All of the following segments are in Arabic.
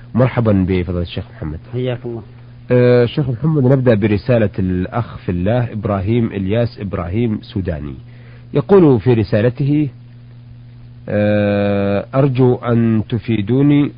مرحبا بفضيلة الشيخ محمد. حياك الله. الشيخ محمد، نبدأ برسالة الأخ في الله إبراهيم إلياس إبراهيم سوداني. يقول في رسالته: أرجو أن تفيدوني،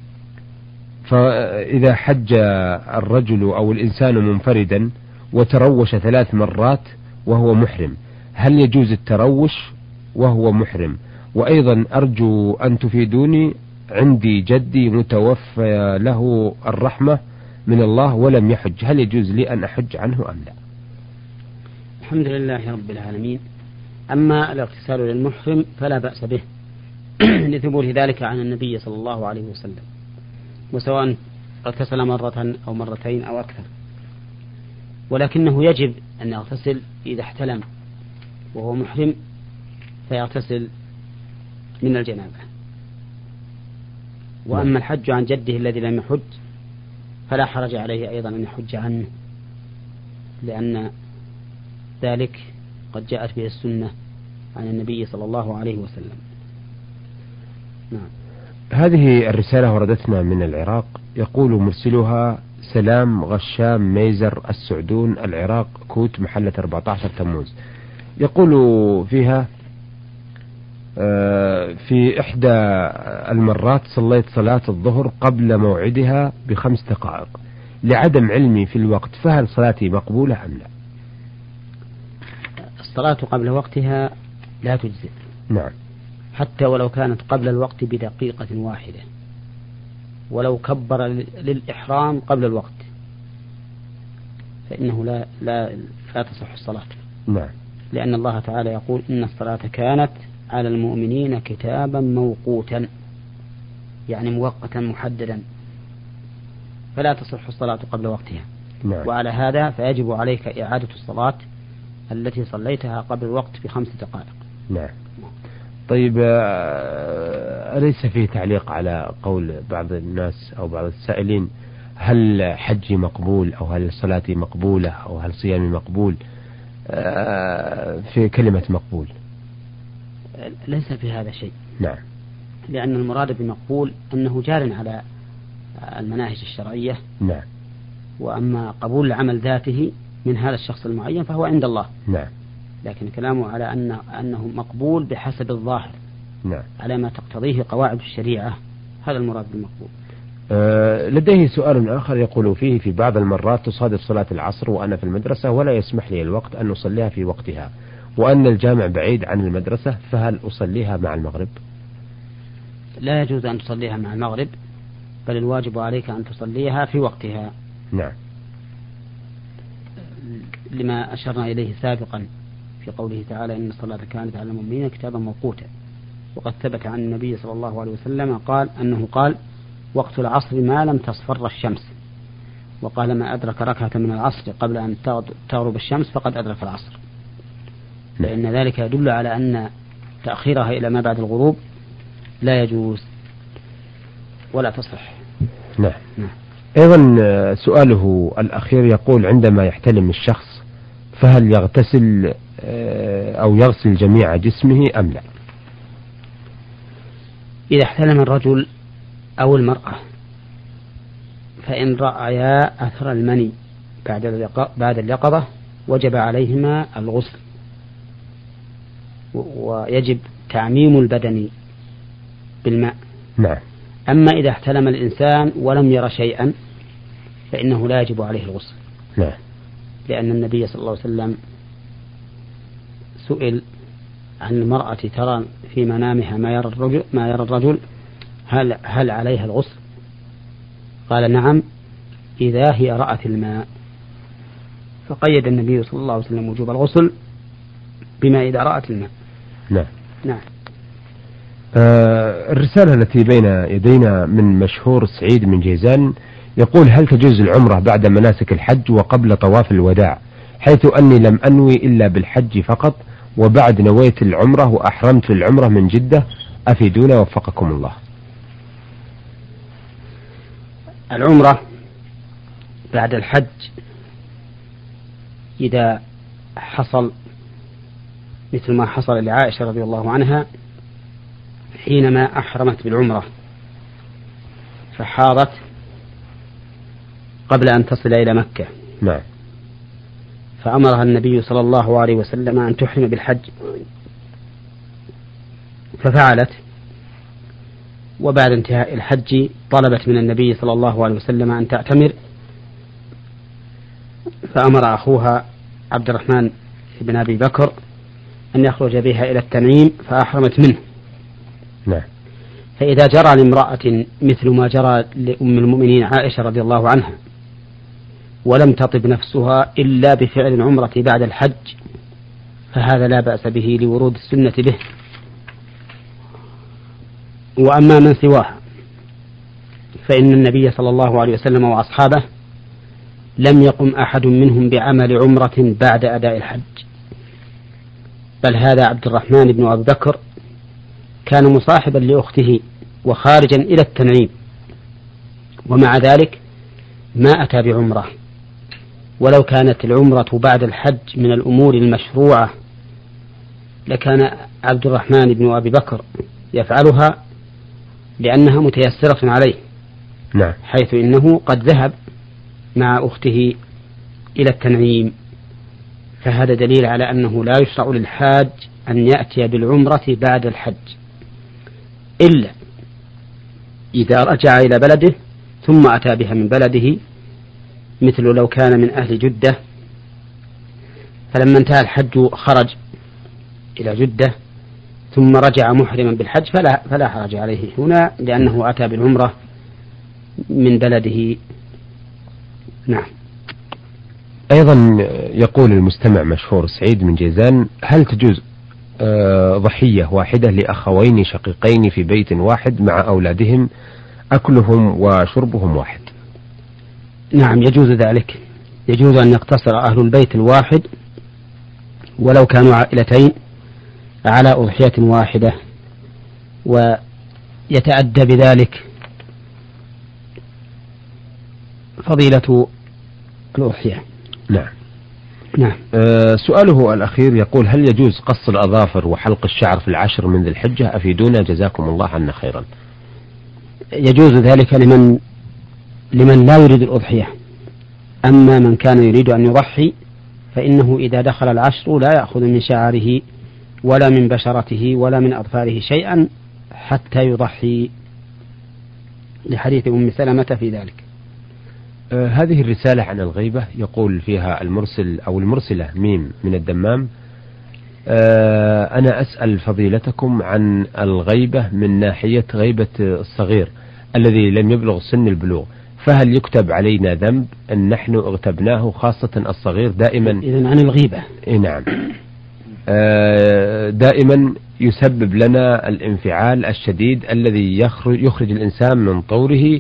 فإذا حج الرجل أو الإنسان منفردا وتروش 3 مرات وهو محرم، هل يجوز التروش وهو محرم؟ وأيضا أرجو أن تفيدوني، عندي جدي متوفى له الرحمة من الله ولم يحج، هل يجوز لي أن أحج عنه أم لا؟ الحمد لله رب العالمين. أما الاغتسال للمحرم فلا بأس به لثبوت ذلك عن النبي صلى الله عليه وسلم، وسواء اغتسل مرة أو مرتين أو أكثر، ولكنه يجب أن يغتسل إذا احتلم وهو محرم، فيغتسل من الجنابة. وأما الحج عن جده الذي لم يحج فلا حرج عليه أيضا أن يحج عنه، لأن ذلك قد جاءت به السنة عن النبي صلى الله عليه وسلم. نعم. هذه الرسالة وردتنا من العراق، يقول مرسلها سلام غشام ميزر السعدون، العراق، كوت، محلة 14 تموز. يقول فيها: في إحدى المرات صليت صلاة الظهر قبل موعدها ب5 دقائق لعدم علمي في الوقت، فهل صلاتي مقبولة أم لا؟ الصلاة قبل وقتها لا تجزئ. نعم. حتى ولو كانت قبل الوقت بدقيقة واحدة، ولو كبر للإحرام قبل الوقت فإنه لا تصح الصلاة. نعم. لأن الله تعالى يقول: إن الصلاة كانت على المؤمنين كتابا موقوتا، يعني موقتا محددا، فلا تصح الصلاة قبل وقتها. نعم. وعلى هذا فيجب عليك إعادة الصلاة التي صليتها قبل الوقت ب5 دقائق. نعم. طيب، أليس فيه تعليق على قول بعض الناس أو بعض السائلين: هل حجي مقبول أو هل صلاتي مقبولة أو هل صيامي مقبول؟ في كلمة مقبول ليس في هذا شيء. نعم. لأن المراد بمقبول أنه جار على المناهج الشرعية. نعم. وأما قبول العمل ذاته من هذا الشخص المعين فهو عند الله. نعم. لكن كلامه على أنه مقبول بحسب الظاهر. نعم. على ما تقتضيه قواعد الشريعة، هذا المراد بالمقبول. لديه سؤال آخر يقول فيه: في بعض المرات تصادف صلاة العصر وأنا في المدرسة ولا يسمح لي الوقت أن أصليها في وقتها، وأن الجامع بعيد عن المدرسة، فهل أصليها مع المغرب؟ لا يجوز أن تصليها مع المغرب، بل الواجب عليك أن تصليها في وقتها. نعم. لما أشرنا إليه سابقا في قوله تعالى: إن الصلاة كانت على المؤمنين كتابا موقوتا. وقد ثبت عن النبي صلى الله عليه وسلم أنه قال: وقت العصر ما لم تصفر الشمس. وقال: ما أدرك ركعة من العصر قبل أن تغرب الشمس فقد أدرك العصر. لأن ذلك يدل على أن تأخيرها إلى ما بعد الغروب لا يجوز ولا تصح. نعم. أيضا سؤاله الأخير يقول: عندما يحتلم الشخص فهل يغتسل أو يغسل جميع جسمه أم لا؟ إذا احتلم الرجل أو المرأة فإن رأيا أثر المني بعد اليقظة وجب عليهما الغسل، ويجب تعميم البدن بالماء. نعم. أما إذا احتلم الإنسان ولم ير شيئا فإنه لا يجب عليه الغسل. نعم. لأن النبي صلى الله عليه وسلم سئل عن المرأة ترى في منامها ما يرى الرجل هل عليها الغسل؟ قال: نعم، إذا هي رأت الماء. فقيد النبي صلى الله عليه وسلم وجوب الغسل بما إذا رأت الماء. نعم. نعم. الرسالة التي بين يدينا من مشهور سعيد من جيزان يقول: هل تجوز العمرة بعد مناسك الحج وقبل طواف الوداع، حيث أني لم أنوي إلا بالحج فقط، وبعد نويت العمرة وأحرمت للعمرة من جدة، أفيدونا وفقكم الله. العمرة بعد الحج إذا حصل مثل ما حصل لعائشة رضي الله عنها حينما أحرمت بالعمرة، فحاضت قبل أن تصل إلى مكة. نعم. فأمرها النبي صلى الله عليه وسلم أن تحرم بالحج، ففعلت، وبعد انتهاء الحج طلبت من النبي صلى الله عليه وسلم أن تعتمر، فأمر أخوها عبد الرحمن بن أبي بكر أن يخرج بها إلى التنعيم فأحرمت منه. نعم. فإذا جرى لامرأة مثل ما جرى لأم المؤمنين عائشة رضي الله عنها ولم تطب نفسها إلا بفعل العمرة بعد الحج فهذا لا بأس به لورود السنة به. وأما من سواها فإن النبي صلى الله عليه وسلم وأصحابه لم يقم أحد منهم بعمل عمرة بعد أداء الحج، بل هذا عبد الرحمن بن أبي بكر كان مصاحبا لأخته وخارجا إلى التنعيم، ومع ذلك ما أتى بعمرة. ولو كانت العمرة بعد الحج من الأمور المشروعة لكان عبد الرحمن بن أبي بكر يفعلها لأنها متيسرة عليه. نعم. حيث إنه قد ذهب مع أخته إلى التنعيم، فهذا دليل على أنه لا يشرع للحاج أن يأتي بالعمرة بعد الحج إلا إذا رجع إلى بلده ثم أتى بها من بلده، مثل لو كان من أهل جدة فلما انتهى الحج خرج إلى جدة ثم رجع محرما بالحج فلا حرج عليه هنا لأنه أتى بالعمرة من بلده. نعم. أيضا يقول المستمع مشهور سعيد من جيزان: هل تجوز ضحية واحدة لأخوين شقيقين في بيت واحد مع أولادهم أكلهم وشربهم واحد؟ نعم يجوز ذلك، يجوز أن يقتصر أهل البيت الواحد ولو كانوا عائلتين على أضحية واحدة، ويتأدى بذلك فضيلة الأضحية. نعم. نعم. سؤاله الأخير يقول: هل يجوز قص الأظافر وحلق الشعر في العشر من ذي الحجة؟ أفيدونا جزاكم الله عنا خيرا. يجوز ذلك لمن لا يريد الأضحية. أما من كان يريد أن يضحي فإنه إذا دخل العشر لا يأخذ من شعره ولا من بشرته ولا من أظفاره شيئا حتى يضحي، لحديث أم سلمة في ذلك. هذه الرسالة عن الغيبة يقول فيها المرسل أو المرسلة ميم من الدمام: أنا أسأل فضيلتكم عن الغيبة من ناحية غيبة الصغير الذي لم يبلغ سن البلوغ، فهل يكتب علينا ذنب أن نحن اغتبناه، خاصة الصغير دائما؟ إذن عن الغيبة. نعم. دائما يسبب لنا الانفعال الشديد الذي يخرج الإنسان من طوره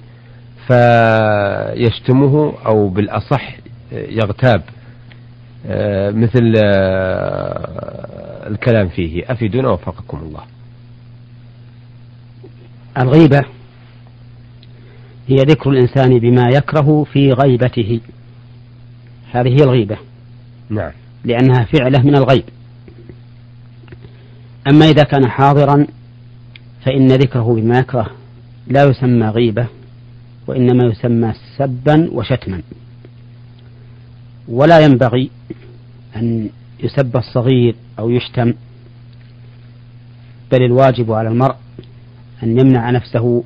فيشتمه أو بالأصح يغتاب، مثل الكلام فيه. أفيدونا وفقكم الله. الغيبة هي ذكر الإنسان بما يكره في غيبته، هذه هي الغيبة. نعم. لأنها فعلة من الغيب. أما إذا كان حاضرا فإن ذكره بما يكره لا يسمى غيبة، وإنما يسمى سبا وشتما. ولا ينبغي أن يسب الصغير أو يشتم، بل الواجب على المرء أن يمنع نفسه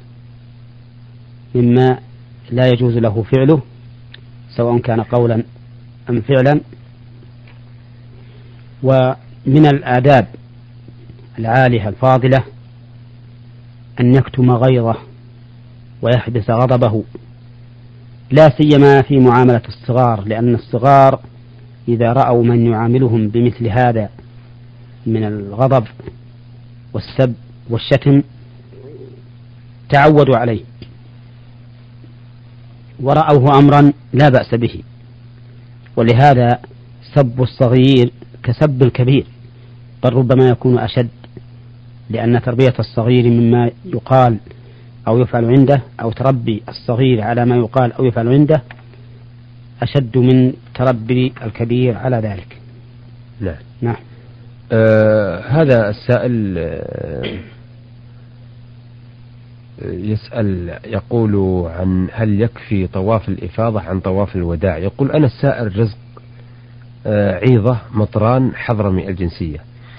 مما لا يجوز له فعله سواء كان قولا أم فعلا. ومن الآداب العالية الفاضلة أن يكتم غيظه ويحبس غضبه، لا سيما في معاملة الصغار، لأن الصغار إذا رأوا من يعاملهم بمثل هذا من الغضب والسب والشتم تعودوا عليه ورأوه أمرا لا بأس به. ولهذا سب الصغير كسب الكبير، بل ربما يكون أشد، لأن تربية الصغير مما يقال أو يفعل عنده، أو تربي الصغير على ما يقال أو يفعل عنده أشد من تربي الكبير على ذلك. نعم. نعم. هذا السائل يسأل يقول عن هل يكفي طواف الإفاضة عن طواف الوداع. يقول أنا السائر رزق عيضة مطران حضرمي الجنسية،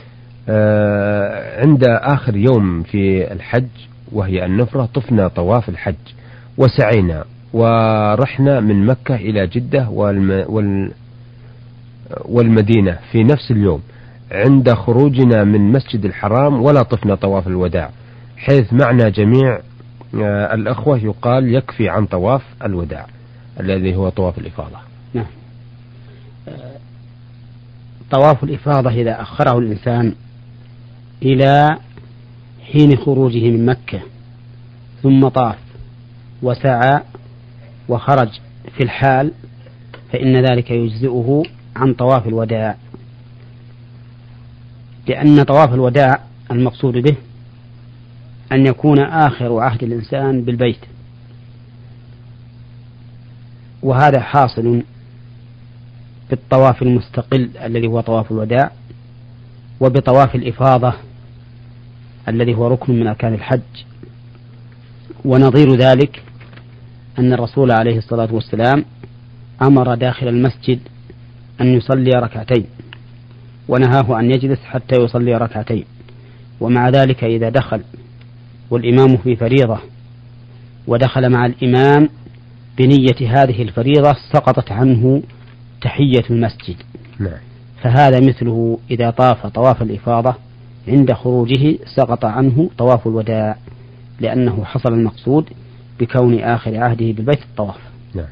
عند آخر يوم في الحج وهي النفرة طفنا طواف الحج وسعينا ورحنا من مكة إلى جدة والمدينة في نفس اليوم. عند خروجنا من مسجد الحرام ولا طفنا طواف الوداع، حيث معنى جميع الأخوة يقال يكفي عن طواف الوداع الذي هو طواف الإفاضة. نعم. طواف الإفاضة إذا أخره الإنسان إلى حين خروجه من مكة ثم طاف وسعى وخرج في الحال فإن ذلك يجزئه عن طواف الوداع، لأن طواف الوداع المقصود به أن يكون آخر عهد الإنسان بالبيت، وهذا حاصل بالطواف المستقل الذي هو طواف الوداع، وبطواف الإفاضة الذي هو ركن من أركان الحج. ونظير ذلك أن الرسول عليه الصلاة والسلام أمر داخل المسجد أن يصلي ركعتين، ونهاه أن يجلس حتى يصلي ركعتين. ومع ذلك إذا دخل والإمام في فريضة ودخل مع الإمام بنية هذه الفريضة سقطت عنه تحية المسجد. فهذا مثله إذا طاف طواف الإفاضة عند خروجه سقط عنه طواف الوداع، لأنه حصل المقصود بكون آخر عهده بالبيت الطواف. نعم.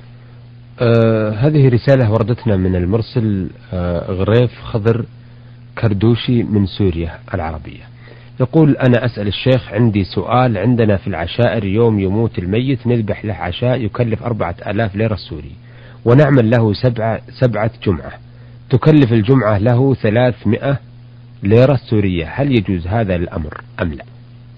هذه رسالة وردتنا من المرسل غريف خضر كردوشي من سوريا العربية. يقول أنا أسأل الشيخ عندي سؤال. عندنا في العشائر يوم يموت الميت نذبح له عشاء يكلف 4000 ليرة سوري، ونعمل له سبعة جمعة تكلف الجمعة له 300 ليرة سورية. هل يجوز هذا الأمر أم لا؟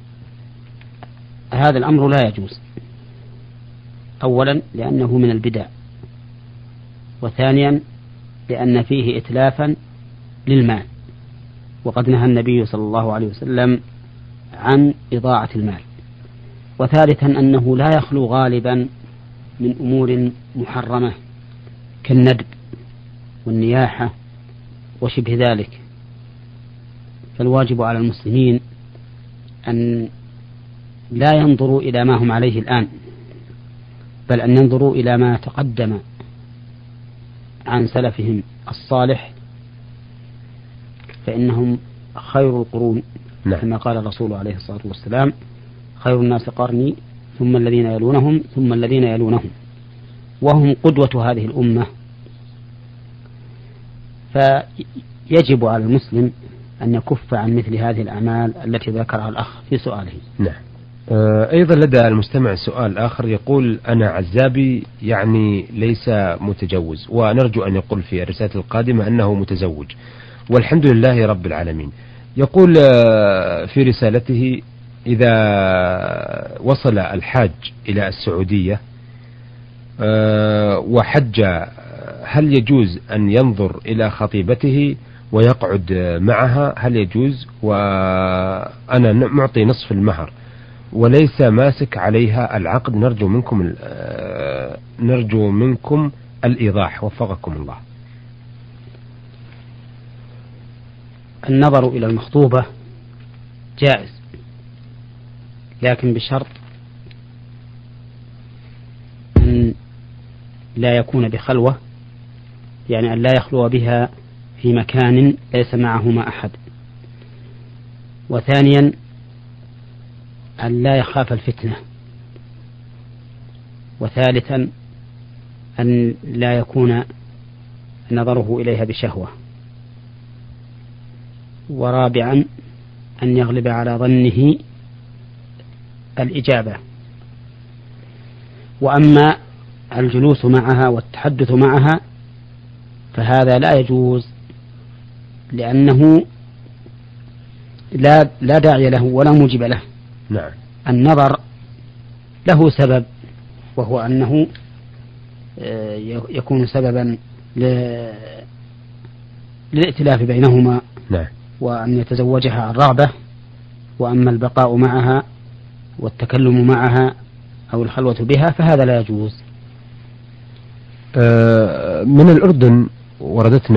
هذا الأمر لا يجوز، أولا لأنه من البدع، وثانيا لأن فيه إتلافا للمال، وقد نهى النبي صلى الله عليه وسلم عن إضاعة المال، وثالثا أنه لا يخلو غالبا من أمور محرمة كالندب والنياحة وشبه ذلك. فالواجب على المسلمين أن لا ينظروا إلى ما هم عليه الآن، بل أن ينظروا إلى ما تقدم عن سلفهم الصالح، فإنهم خير القرون. نعم. كما قال الرسول عليه الصلاة والسلام خير الناس قرني ثم الذين يلونهم ثم الذين يلونهم، وهم قدوة هذه الأمة. فيجب على المسلم أن يكف عن مثل هذه الأعمال التي ذكرها الأخ في سؤاله. نعم. أيضا لدى المستمع سؤال آخر يقول أنا عزابي يعني ليس متجوز، ونرجو أن يقول في الرسالة القادمة أنه متزوج والحمد لله رب العالمين. يقول في رسالته إذا وصل الحاج إلى السعودية وحج هل يجوز أن ينظر إلى خطيبته ويقعد معها؟ هل يجوز؟ وأنا معطي نصف المهر وليس ماسك عليها العقد، نرجو منكم الإيضاح وفقكم الله. النظر إلى المخطوبة جائز، لكن بشرط أن لا يكون بخلوة، يعني أن لا يخلو بها في مكان ليس معهما أحد، وثانيا أن لا يخاف الفتنة، وثالثا أن لا يكون نظره إليها بشهوة، ورابعا أن يغلب على ظنه الإجابة. وأما الجلوس معها والتحدث معها فهذا لا يجوز، لأنه لا داعي له ولا موجب له. نعم. النظر له سبب، وهو أنه يكون سببا للائتلاف بينهما. نعم. وأن يتزوجها عن رغبة. وأما البقاء معها والتكلم معها أو الخلوة بها فهذا لا يجوز. من الأردن وردتنا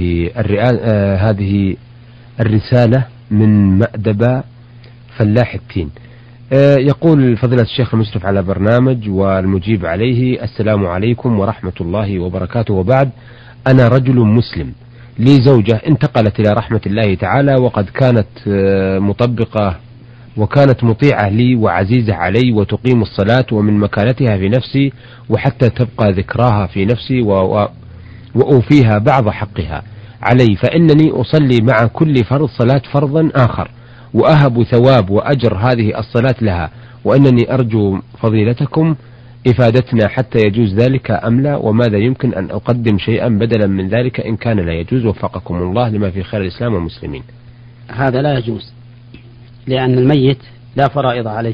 هذه الرسالة من مأدبة فلاح التين. يقول فضيلة الشيخ المشرف على برنامج والمجيب عليه: السلام عليكم ورحمة الله وبركاته، وبعد. أنا رجل مسلم لي زوجة انتقلت إلى رحمة الله تعالى، وقد كانت مطبقة وكانت مطيعة لي وعزيزة علي وتقيم الصلاة ومن مكانتها في نفسي وحتى تبقى ذكراها في نفسي وأوفيها بعض حقها علي، فإنني أصلي مع كل فرض صلاة فرضا آخر وأهب ثواب وأجر هذه الصلاة لها، وإنني أرجو فضيلتكم إفادتنا حتى يجوز ذلك أم لا، وماذا يمكن أن أقدم شيئا بدلا من ذلك إن كان لا يجوز، وفقكم الله لما في خير الإسلام والمسلمين. هذا لا يجوز، لأن الميت لا فرائض عليه،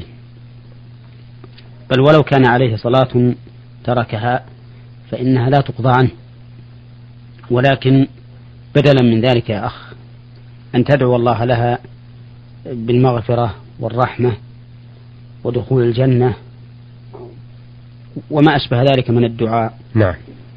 بل ولو كان عليه صلاة تركها فإنها لا تقضى عنه، ولكن بدلا من ذلك يا أخ أن تدعو الله لها بالمغفرة والرحمة ودخول الجنة وما أشبه ذلك من الدعاء. نعم.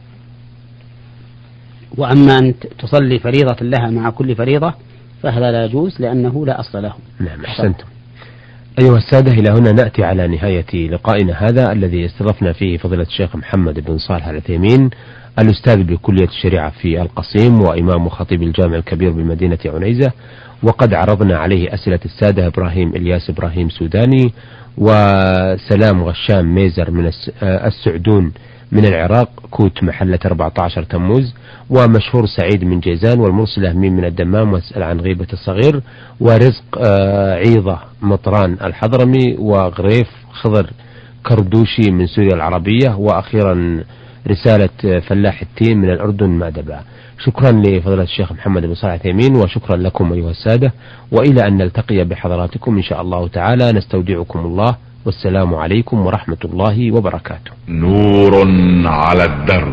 وأما أن تصلي فريضة لها مع كل فريضة فهذا لا يجوز، لأنه لا أصل له. نعم، أحسنتم. أيها السادة، إلى هنا نأتي على نهاية لقائنا هذا الذي استضفنا فيه فضيلة الشيخ محمد بن صالح العثيمين، الأستاذ بكلية الشريعة في القصيم وإمام وخطيب الجامع الكبير بمدينة عنيزة، وقد عرضنا عليه أسئلة السادة إبراهيم إلياس إبراهيم سوداني، وسلام غشام ميزر من السعدون من العراق، كوت محلة 14 تموز، ومشهور سعيد من جيزان، والمرسلة مين من الدمام واسأل عن غيبة الصغير، ورزق عيضة مطران الحضرمي، وغريف خضر كردوشي من سوريا العربية، وأخيرا رسالة فلاح التين من الأردن مأدبة. شكرا لفضيلة الشيخ محمد بن صالح العثيمين، وشكرا لكم أيها السادة، وإلى أن نلتقي بحضراتكم إن شاء الله تعالى، نستودعكم الله، والسلام عليكم ورحمة الله وبركاته. نور على الدرب،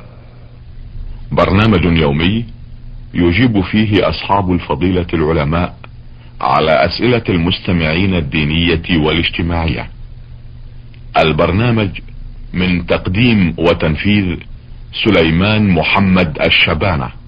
برنامج يومي يجيب فيه أصحاب الفضيلة العلماء على أسئلة المستمعين الدينية والاجتماعية. البرنامج من تقديم وتنفيذ سليمان محمد الشبانة.